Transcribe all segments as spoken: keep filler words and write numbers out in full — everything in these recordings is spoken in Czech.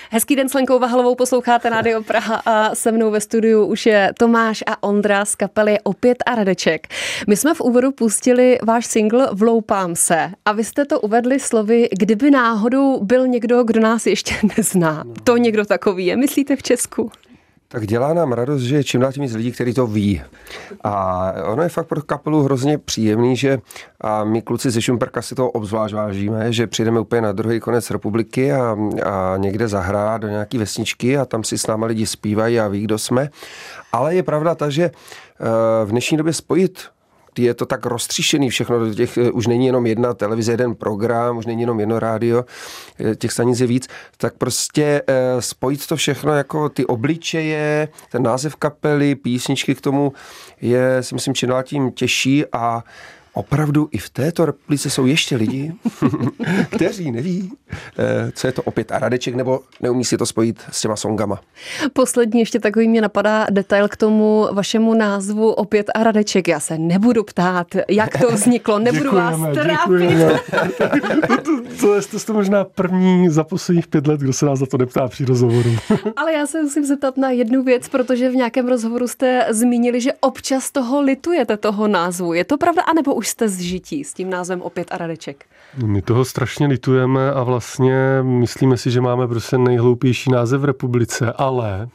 Hezký den s Lenkou Vahalovou, posloucháte Rádio Praha a se mnou ve studiu už je Tomáš a Ondra z kapely Opět a Radeček. My jsme v úvodu pustili váš single Vloupám se a vy jste to uvedli slovy, kdyby náhodou byl někdo, kdo nás ještě nezná. To někdo takový je, myslíte v Česku? Tak dělá nám radost, že čím dál tím víc lidí, kteří to ví. A ono je fakt pro kapelu hrozně příjemný, že a my kluci ze Šumperka si to obzvlášť vážíme, že přijdeme úplně na druhý konec republiky a, a někde zahrát do nějaký vesničky a tam si s náma lidi zpívají a ví, kdo jsme. Ale je pravda ta, že v dnešní době spojit je to tak roztříšený všechno, do těch, už není jenom jedna televize, jeden program, už není jenom jedno rádio, těch stanic je víc, tak prostě eh, spojit to všechno jako ty obličeje, ten název kapely, písničky k tomu je, si myslím, čím dál tím těžší a opravdu i v této republice jsou ještě lidi, kteří neví, co je to Opět a Radeček, nebo neumí si to spojit s těma songama. Poslední ještě takový mě napadá detail k tomu vašemu názvu Opět a Radeček. Já se nebudu ptát, jak to vzniklo, nebudu děkujeme, vás trápit. To je to možná první za posledních pět let, kdo se nás za to neptá při rozhovoru. Ale já se musím zeptat na jednu věc, protože v nějakém rozhovoru jste zmínili, že občas toho litujete, toho názvu. Je to pravda, anebo už jste zžití s tím názvem Opět a Radeček? My toho strašně litujeme a vlastně myslíme si, že máme prostě nejhloupější název v republice, ale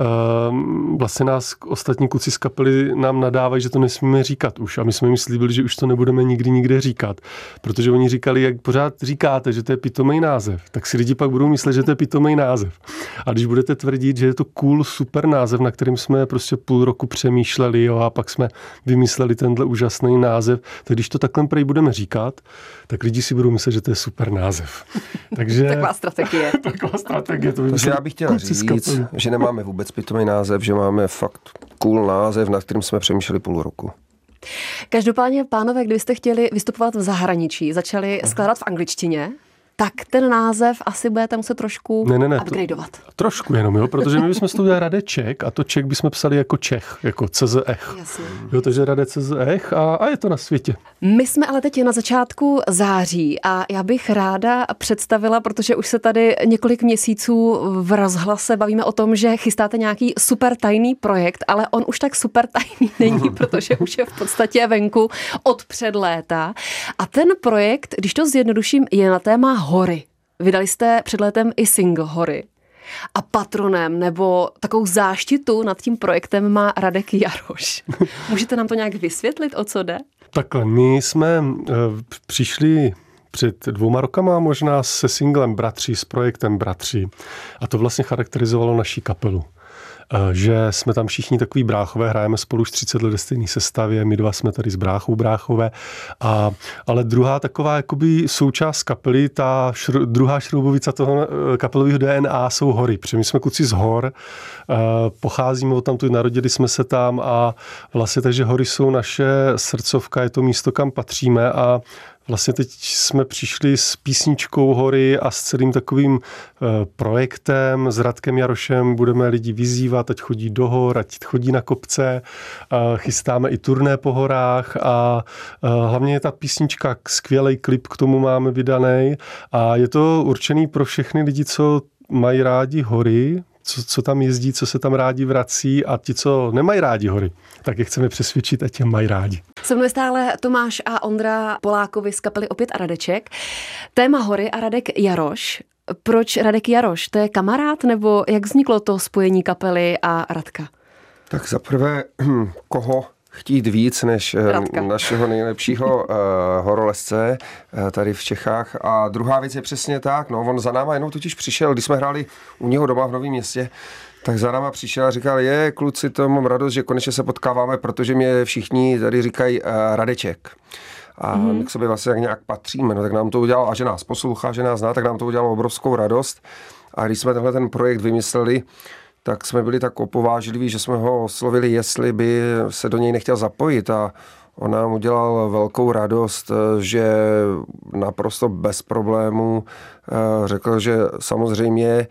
Uh, vlastně nás ostatní kluci z kapely nám nadávají, že to nesmíme říkat už a my jsme jim slíbili, že už to nebudeme nikdy nikde říkat, protože oni říkali, jak pořád říkáte, že to je pitomej název, tak si lidi pak budou myslet, že to je pitomej název. A když budete tvrdit, že je to cool, super název, na kterým jsme prostě půl roku přemýšleli, jo, a pak jsme vymysleli tenhle úžasný název, tak když to takhle prej budeme říkat, tak lidi si budou myslet, že to je super název. Takže taková strategie. Taková strategie. To Takže já bych chtěl říct, že nemáme vůbec pitomý název, že máme fakt cool název, nad kterým jsme přemýšleli půl roku. Každopádně, pánové, kdybyste chtěli vystupovat v zahraničí, začali skládat v angličtině, tak ten název asi budete muset trošku ne, ne, ne, upgradeovat. To, trošku jenom, jo, protože my bychom z toho udělali Radeček a to Ček bychom psali jako Čech, jako C Z Ech. Jasně. Jo, takže Radec C Z Ech a, a je to na světě. My jsme ale teď na začátku září a já bych ráda představila, protože už se tady několik měsíců v Rozhlase bavíme o tom, že chystáte nějaký super tajný projekt, ale on už tak super tajný není, protože už je v podstatě venku od před léta. A ten projekt, když to zjednoduším, je na téma hory. Vydali jste před létem i single Hory. A patronem nebo takovou záštitu nad tím projektem má Radek Jaroš. Můžete nám to nějak vysvětlit, o co jde? Takhle, my jsme uh, přišli před dvouma rokama možná se singlem Bratři, s projektem Bratři. A to vlastně charakterizovalo naší kapelu. Že jsme tam všichni takový bráchové, hrajeme spolu už třicet let ve stejné sestavě, my dva jsme tady s bráchou bráchové, a, ale druhá taková jakoby součást kapely, ta šru, druhá šroubovica toho kapelového D N A jsou hory, protože my jsme kluci z hor, pocházíme od tamtud, narodili jsme se tam a vlastně takže hory jsou naše srdcovka, je to místo, kam patříme a vlastně teď jsme přišli s písničkou Hory a s celým takovým projektem, s Radkem Jarošem budeme lidi vyzývat, ať chodí do hor, ať chodí na kopce, chystáme i turné po horách a hlavně je ta písnička, skvělej klip k tomu máme vydaný a je to určený pro všechny lidi, co mají rádi hory, Co, co tam jezdí, co se tam rádi vrací a ti, co nemají rádi hory, tak je chceme přesvědčit, ať je mají rádi. Se mnou je stále Tomáš a Ondra Polákovi z kapely Opět a Radeček. Téma hory a Radek Jaroš. Proč Radek Jaroš? To je kamarád, nebo jak vzniklo to spojení kapely a Radka? Tak zaprvé, koho chtít víc než Radka, našeho nejlepšího uh, horolezce uh, tady v Čechách. A druhá věc je přesně tak, no on za náma jenom totiž přišel, když jsme hráli u něho doma v Novém Městě, tak za náma přišel a říkal, je kluci, to mám radost, že konečně se potkáváme, protože mě všichni tady říkají uh, Radeček. A mm. k sobě vlastně jak nějak patříme, no tak nám to udělalo, a že nás poslouchá, že nás zná, tak nám to udělalo obrovskou radost. A když jsme tenhle ten projekt vymysleli, tak jsme byli tak opovážliví, že jsme ho oslovili, jestli by se do něj nechtěl zapojit a on nám udělal velkou radost, že naprosto bez problémů řekl, že samozřejmě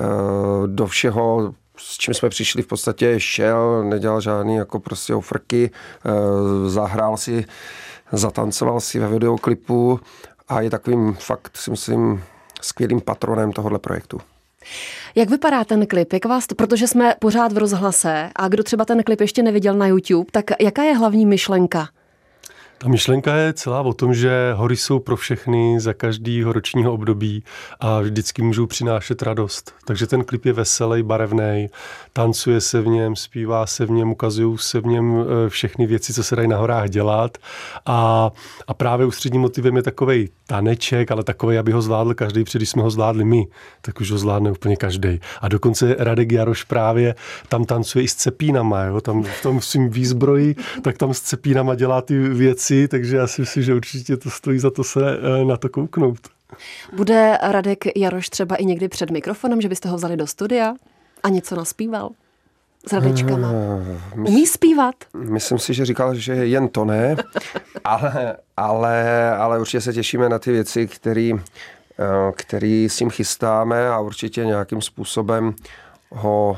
do všeho, s čím jsme přišli, v podstatě šel, nedělal žádný jako prostě ofrky, zahrál si, zatancoval si ve videoklipu a je takovým fakt, si myslím, skvělým patronem tohohle projektu. Jak vypadá ten klip? Jak vás, protože jsme pořád v rozhlase a kdo třeba ten klip ještě neviděl na YouTube, tak jaká je hlavní myšlenka? Ta myšlenka je celá o tom, že hory jsou pro všechny za každého ročního období a vždycky můžou přinášet radost. Takže ten klip je veselý, barevný, tancuje se v něm, zpívá se v něm, ukazují se v něm všechny věci, co se dají na horách dělat. A, a právě ústředním motivem je takovej taneček, ale takovej, aby ho zvládl každý, protože když jsme ho zvládli my, tak už ho zvládne úplně každý. A dokonce Radek Jaroš právě tam tancuje i s cepínama, jo? Tam v tom svým výzbroji, tak tam s cepínama dělá ty věci. Takže já si myslím, že určitě to stojí za to se na to kouknout. Bude Radek Jaroš třeba i někdy před mikrofonem, že byste ho vzali do studia a něco naspíval s Radečkama? Umí zpívat? Myslím si, že říkal, že jen to ne, ale, ale, ale určitě se těšíme na ty věci, který, který s tím chystáme a určitě nějakým způsobem ho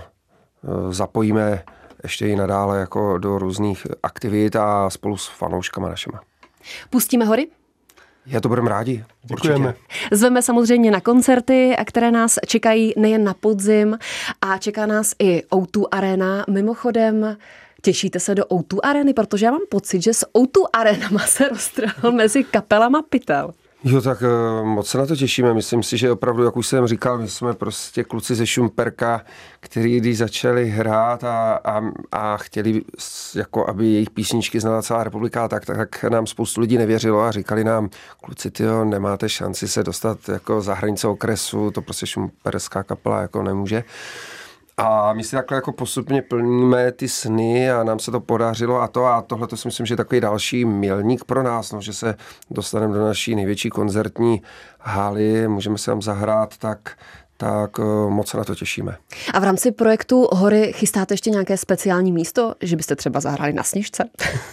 zapojíme ještě i nadále jako do různých aktivit a spolu s fanouškama našima. Pustíme hory? Já to budeme rádi. Děkujeme. Určitě. Zveme samozřejmě na koncerty, které nás čekají nejen na podzim a čeká nás i ó dva Arena. Mimochodem, těšíte se do ó dva Areny, protože já mám pocit, že s ó dva Arenama se roztrhl mezi kapelama pytel. Jo, tak moc se na to těšíme. Myslím si, že opravdu, jak už jsem říkal, my jsme prostě kluci ze Šumperka, kteří když začali hrát a, a, a chtěli, jako aby jejich písničky znala celá republika, tak, tak, tak nám spoustu lidí nevěřilo a říkali nám, kluci, tyjo, nemáte šanci se dostat jako za hranice okresu, to prostě šumperská kapela jako nemůže. A my si takhle jako postupně plníme ty sny a nám se to podařilo a to a tohle to si myslím, že je takový další milník pro nás, no, že se dostaneme do naší největší koncertní haly, můžeme se tam zahrát, tak, tak moc se na to těšíme. A v rámci projektu Hory chystáte ještě nějaké speciální místo, že byste třeba zahráli na Sněžce?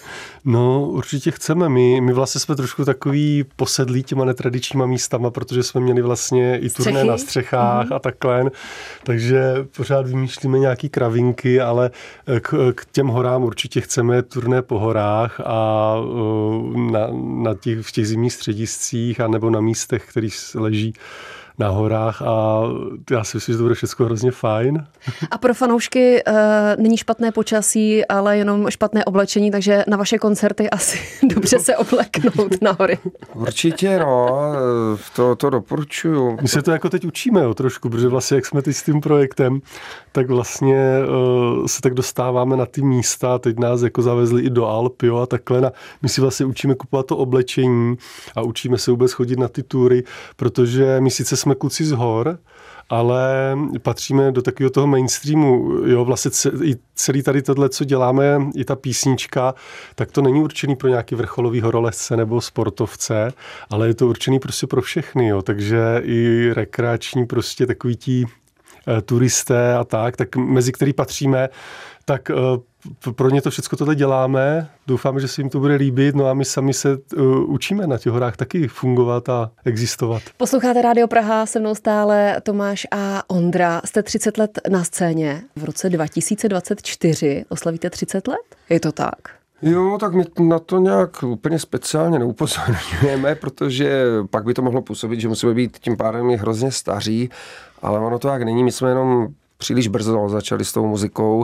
No, určitě chceme. My, my vlastně jsme trošku takový posedlí těma netradičníma místama, protože jsme měli vlastně i turné na střechách mm-hmm. a takhle. Takže pořád vymýšlíme nějaký kravinky, ale k, k těm horám určitě chceme turné po horách a na, na těch, v těch zimních střediscích a nebo na místech, který leží na horách a já si myslím, že to bude všechno hrozně fajn. A pro fanoušky uh, není špatné počasí, ale jenom špatné oblečení, takže na vaše koncerty asi dobře se obleknout na hory. Určitě, no, to, to doporučuju. My se to jako teď učíme, jo, trošku, protože vlastně jak jsme teď s tím projektem, tak vlastně uh, se tak dostáváme na ty místa, teď nás jako zavezli i do Alp, jo, a takhle. A my si vlastně učíme kupovat to oblečení a učíme se vůbec chodit na ty tury, protože my sice jsme kluci z hor, ale patříme do takového toho mainstreamu. Jo, vlastně celý tady tohle, co děláme, i ta písnička, tak to není určený pro nějaký vrcholový horolezce nebo sportovce, ale je to určený prostě pro všechny, jo. Takže i rekreační prostě takový tí e, turisté a tak, tak mezi který patříme, tak e, pro ně to všechno tohle děláme, doufáme, že se jim to bude líbit, no a my sami se uh, učíme na těch horách taky fungovat a existovat. Posloucháte Rádio Praha, se mnou stále Tomáš a Ondra. Jste třicet let na scéně. V roce dva tisíce dvacet čtyři oslavíte třicet let? Je to tak? Jo, tak my na to nějak úplně speciálně neupozorňujeme, protože pak by to mohlo působit, že musíme být tím pádem hrozně staří, ale ono to tak není, my jsme jenom příliš brzo začali s tou muzikou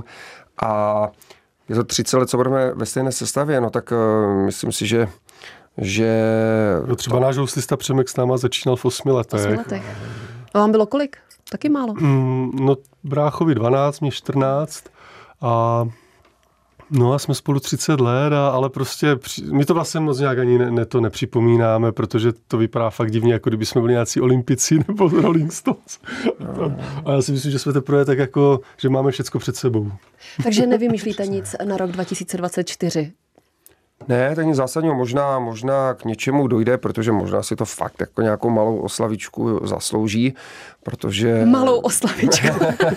a je to třicet let, co budeme ve stejné sestavě, no tak uh, myslím si, že... že no třeba to... náš houslista Přemek s náma začínal v osmi letech. osmi letech. A vám bylo kolik? Taky málo. Mm, no bráchovi dvanáct, mě čtrnáct a no a jsme spolu třicet let, a, ale prostě my to vlastně moc nějak ani ne, ne to nepřipomínáme, protože to vypadá fakt divně, jako kdyby jsme byli nějací olympici nebo Rolling Stones. A já si myslím, že jsme teprve tak jako, že máme všecko před sebou. Takže nevymýšlíte nic na rok dva tisíce dvacet čtyři? Ne, tak nic zásadního, možná, možná k něčemu dojde, protože možná si to fakt jako nějakou malou oslavičku zaslouží, protože... Malou oslavičku.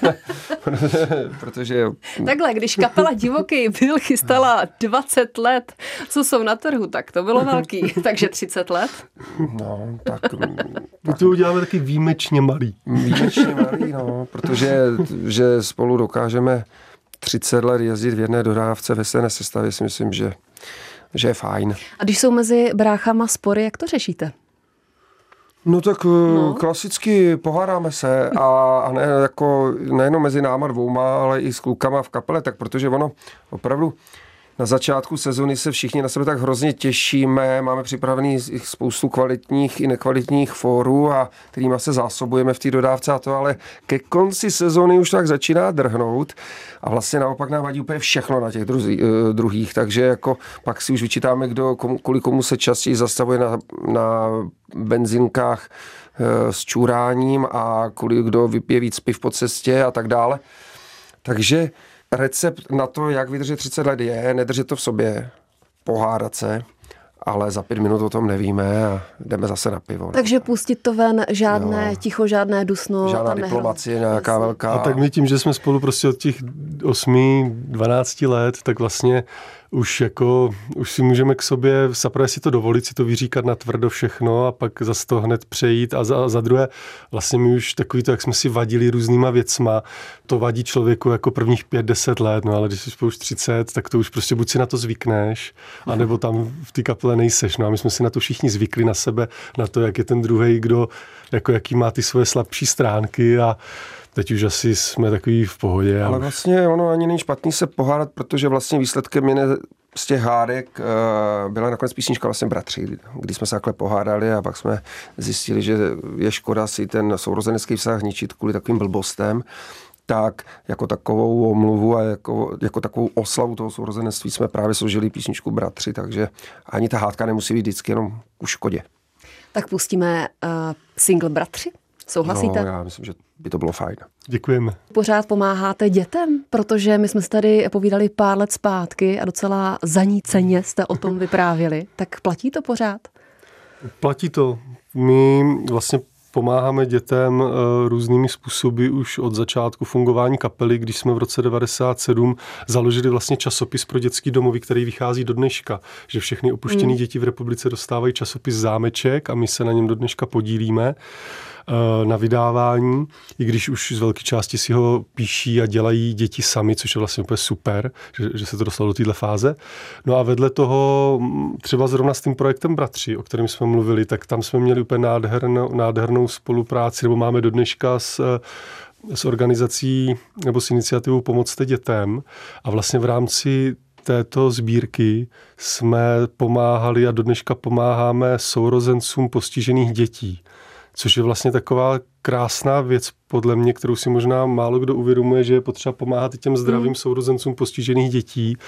protože, protože... Takhle, když kapela Divoký byl chystala dvacet let, co jsou na trhu, tak to bylo velký. Takže třicet let? No, tak... My to uděláme taky výjimečně malý. Výjimečně malý, no, protože že spolu dokážeme třicet let jezdit v jedné dodávce ve stejné sestavě, si myslím, že že je fajn. A když jsou mezi bráchama spory, jak to řešíte? No tak no. klasicky pohádáme se a, a ne, jako, nejenom mezi náma dvouma, ale i s klukama v kapele, tak protože ono opravdu na začátku sezony se všichni na sebe tak hrozně těšíme, máme připravený spoustu kvalitních i nekvalitních fórů, a kterýma se zásobujeme v té dodávce a to, ale ke konci sezony už tak začíná drhnout a vlastně naopak nám vadí úplně všechno na těch druzí, druhých, takže jako pak si už vyčítáme, kdo, komu, kolik komu se častěji zastavuje na, na benzinkách s čuráním a kolik kdo vypije víc piv po cestě a tak dále. Takže recept na to, jak vydržet třicet let je, nedržet to v sobě, pohádat se, ale za pět minut o tom nevíme a jdeme zase na pivo. Takže pustit to ven, žádné jo. ticho, žádné dusno. Žádná diplomacie nějaká Jasně. velká. A tak my tím, že jsme spolu prostě od těch osmi dvanácti let, tak vlastně už jako, už si můžeme k sobě, zaprvé si to dovolit, si to vyříkat na tvrdo všechno a pak zase to hned přejít a za, za druhé vlastně my už takový to, jak jsme si vadili různýma věcma, to vadí člověku jako prvních pět, deset let, no ale když jsi spolu už třicet, tak to už prostě buď si na to zvykneš, anebo tam v té kapele nejseš, no a my jsme si na to všichni zvykli na sebe, na to, jak je ten druhej, kdo, jako jaký má ty svoje slabší stránky a teď už asi jsme takový v pohodě. Ale vlastně ono ani není špatný se pohádat, protože vlastně výsledkem jiné z těch hádek uh, byla nakonec písnička vlastně Bratři, kdy jsme se takhle pohádali a pak jsme zjistili, že je škoda si ten sourozenecký vztah ničit kvůli takovým blbostem. Tak jako takovou omluvu a jako, jako takovou oslavu toho sourozenectví jsme právě složili písničku Bratři, takže ani ta hádka nemusí být vždycky jenom ku škodě. Tak pustíme uh, single Bratři? Souhlasíte? No, já myslím, že by to bylo fajn. Děkujeme. Pořád pomáháte dětem, protože my jsme se tady povídali pár let zpátky a docela zaníceně jste o tom vyprávěli. Tak platí to pořád? Platí to. My vlastně pomáháme dětem různými způsoby už od začátku fungování kapely, když jsme v roce devadesát sedm založili vlastně časopis pro dětský domovy, který vychází do dneška, že všechny opuštěné mm. děti v republice dostávají časopis Zámeček a my se na něm do dneška podílíme na vydávání, i když už z velké části si ho píší a dělají děti sami, což je vlastně úplně super, že, že se to dostalo do téhle fáze. No a vedle toho třeba zrovna s tím projektem Bratři, o kterém jsme mluvili, tak tam jsme měli úplně nádhernou, nádhernou spolupráci, nebo máme do dneška s s organizací nebo s iniciativou Pomocte dětem a vlastně v rámci této sbírky jsme pomáhali a do dneška pomáháme sourozencům postižených dětí, což je vlastně taková krásná věc podle mě, kterou si možná málo kdo uvědomuje, že je potřeba pomáhat i těm zdravým mm. sourozencům postižených dětí,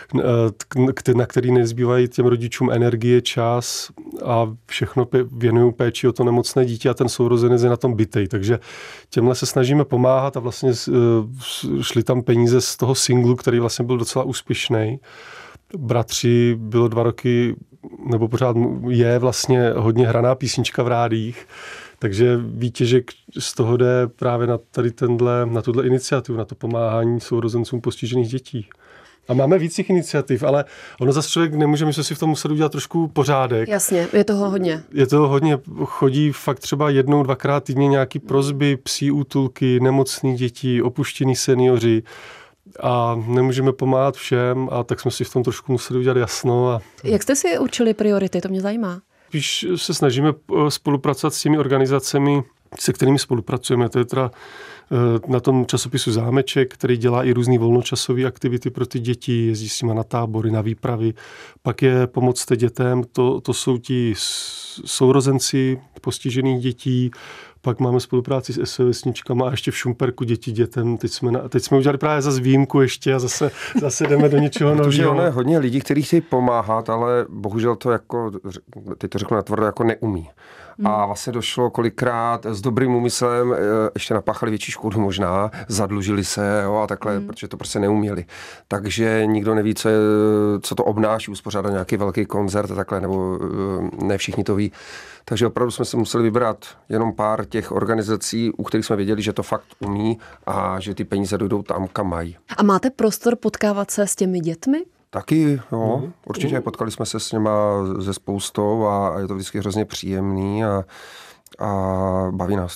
na který nezbývají těm rodičům energie, čas a všechno věnují péči o to nemocné dítě a ten sourozenec je na tom bitej. Takže těmhle se snažíme pomáhat a vlastně šly tam peníze z toho singlu, který vlastně byl docela úspěšný. Bratři bylo dva roky, nebo pořád je vlastně hodně hraná písnička v rádiích, takže výtěžek z toho jde právě na tady tenhle, na tuhle iniciativu, na to pomáhání sourozencům postižených dětí. A máme víc těch iniciativ, ale ono zase člověk nemůže, my jsme si v tom museli udělat trošku pořádek. Jasně, je toho hodně. Je toho hodně, chodí fakt třeba jednou, dvakrát týdně nějaký prosby, psí útulky, nemocný děti, opuštění seniori. A nemůžeme pomáhat všem a tak jsme si v tom trošku museli udělat jasno. A... Jak jste si určili priority, to mě zajímá. Když se snažíme spolupracovat s těmi organizacemi, se kterými spolupracujeme, to je teda na tom časopisu Zámeček, který dělá i různý volnočasové aktivity pro ty děti, jezdí s nimi na tábory, na výpravy. Pak je Pomocte dětem, to, to jsou ti sourozenci postižených dětí. Pak máme spolupráci s es o vesničkama a ještě v Šumperku děti dětem. Teď jsme, na, teď jsme udělali právě zase výjimku ještě a zase, zase jdeme do něčeho nového. Protože ono je hodně lidí, kteří chtějí pomáhat, ale bohužel to jako, teď to řeknu natvrdo, jako neumí. Hmm. A vlastně došlo kolikrát s dobrým úmyslem, ještě napáchali větší škodu možná, zadlužili se jo, a takhle, hmm. protože to prostě neuměli. Takže nikdo neví, co, je, co to obnáší, uspořádat nějaký velký koncert a takhle, nebo ne všichni to ví. Takže opravdu jsme si museli vybrat jenom pár těch organizací, u kterých jsme věděli, že to fakt umí a že ty peníze dojdou tam, kam mají. A máte prostor potkávat se s těmi dětmi? Taky, jo. Mm. Určitě mm. potkali jsme se s něma ze spoustou a je to vždycky hrozně příjemný a, a baví nás to.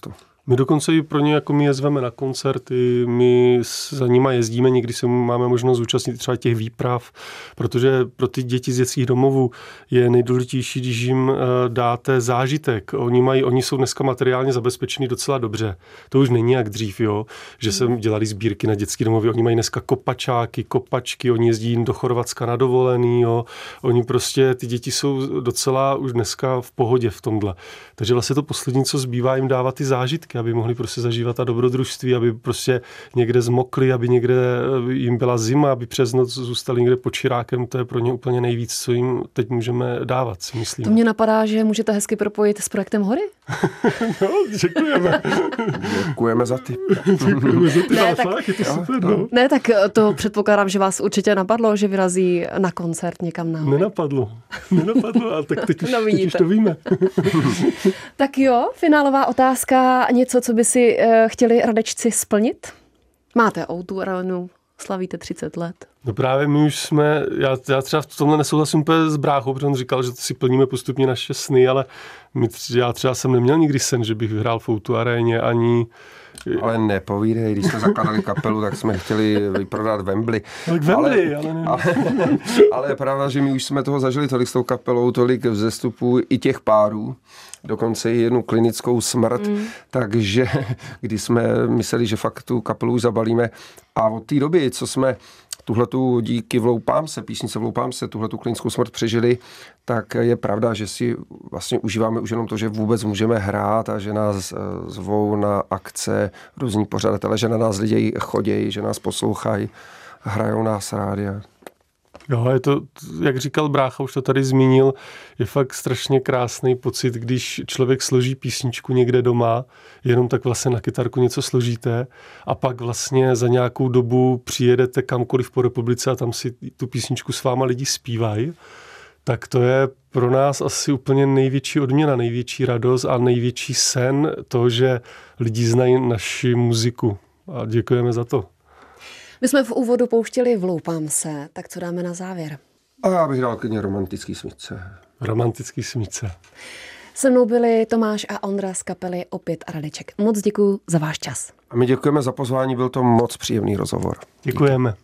My dokonce i pro ně, jako my je zveme na koncerty, my za nima jezdíme, někdy se máme možnost zúčastnit třeba těch výprav, protože pro ty děti z dětských domovů je nejdůležitější, když jim dáte zážitek. Oni mají, oni jsou dneska materiálně zabezpečení docela dobře. To už není jak dřív, jo, že se dělali sbírky na dětské domovy. Oni mají dneska kopačáky, kopačky, oni jezdí do Chorvatska na dovolený, jo. Oni prostě, ty děti jsou docela už dneska v pohodě v tomhle. Takže vlastně to poslední, co zbývá, jim dávat ty zážitky, aby mohli prostě zažívat ta dobrodružství, aby prostě někde zmokli, aby někde jim byla zima, aby přes noc zůstali někde pod čirákem, to je pro ně úplně nejvíc, co jim teď můžeme dávat, si myslím. To mě napadá, že můžete hezky propojit s projektem Hory? No, děkujeme. Děkujeme za ty. Děkujeme za ty. Ne, tak, fakt, je to super, no. Ne, tak to předpokládám, že vás určitě napadlo, že vyrazí na koncert někam na Hory. Nenapadlo. Nenapadlo, ale tak teď už, no, teď už to víme. Tak jo, finálová otázka, něco, co by si uh, chtěli Radečci splnit? Máte ó dvě Arenu, slavíte třicet let. No právě my už jsme, já, já třeba v tomhle nesouhlasím úplně s bráchou, protože on říkal, že to si plníme postupně naše sny, ale my, já třeba jsem neměl nikdy sen, že bych vyhrál v ó dvě Aréně, ani... Ale nepovídej, když jsme zakladali kapelu, tak jsme chtěli vyprodat Wembley. Tak Wembley, ale, ale ne. Ale, ale je pravda, že my už jsme toho zažili tolik s tou kapelou, tolik vzestupů i těch párů, dokonce i jednu klinickou smrt, mm. takže když jsme mysleli, že fakt tu kapelu už zabalíme a od té doby, co jsme tuhletu díky Vloupám se, písnice Vloupám se, tuhletu klinickou smrt přežili, tak je pravda, že si vlastně užíváme už jenom to, že vůbec můžeme hrát a že nás zvou na akce různí pořadatelé, že na nás lidi chodějí, že nás poslouchají, hrajou nás rádi. Jo, je to, jak říkal brácha, už to tady zmínil, je fakt strašně krásný pocit, když člověk složí písničku někde doma, jenom tak vlastně na kytarku něco složíte a pak vlastně za nějakou dobu přijedete kamkoliv po republice a tam si tu písničku s váma lidi zpívají, tak to je pro nás asi úplně největší odměna, největší radost a největší sen to, že lidi znají naši muziku. A děkujeme za to. My jsme v úvodu pouštěli Vloupám se, tak co dáme na závěr? A já bych dal klidně Romantický smyčce. Romantický smyčce. Se mnou byli Tomáš a Ondra z kapely Opět a Radeček. Moc děkuju za váš čas. A my děkujeme za pozvání, byl to moc příjemný rozhovor. Děkujeme.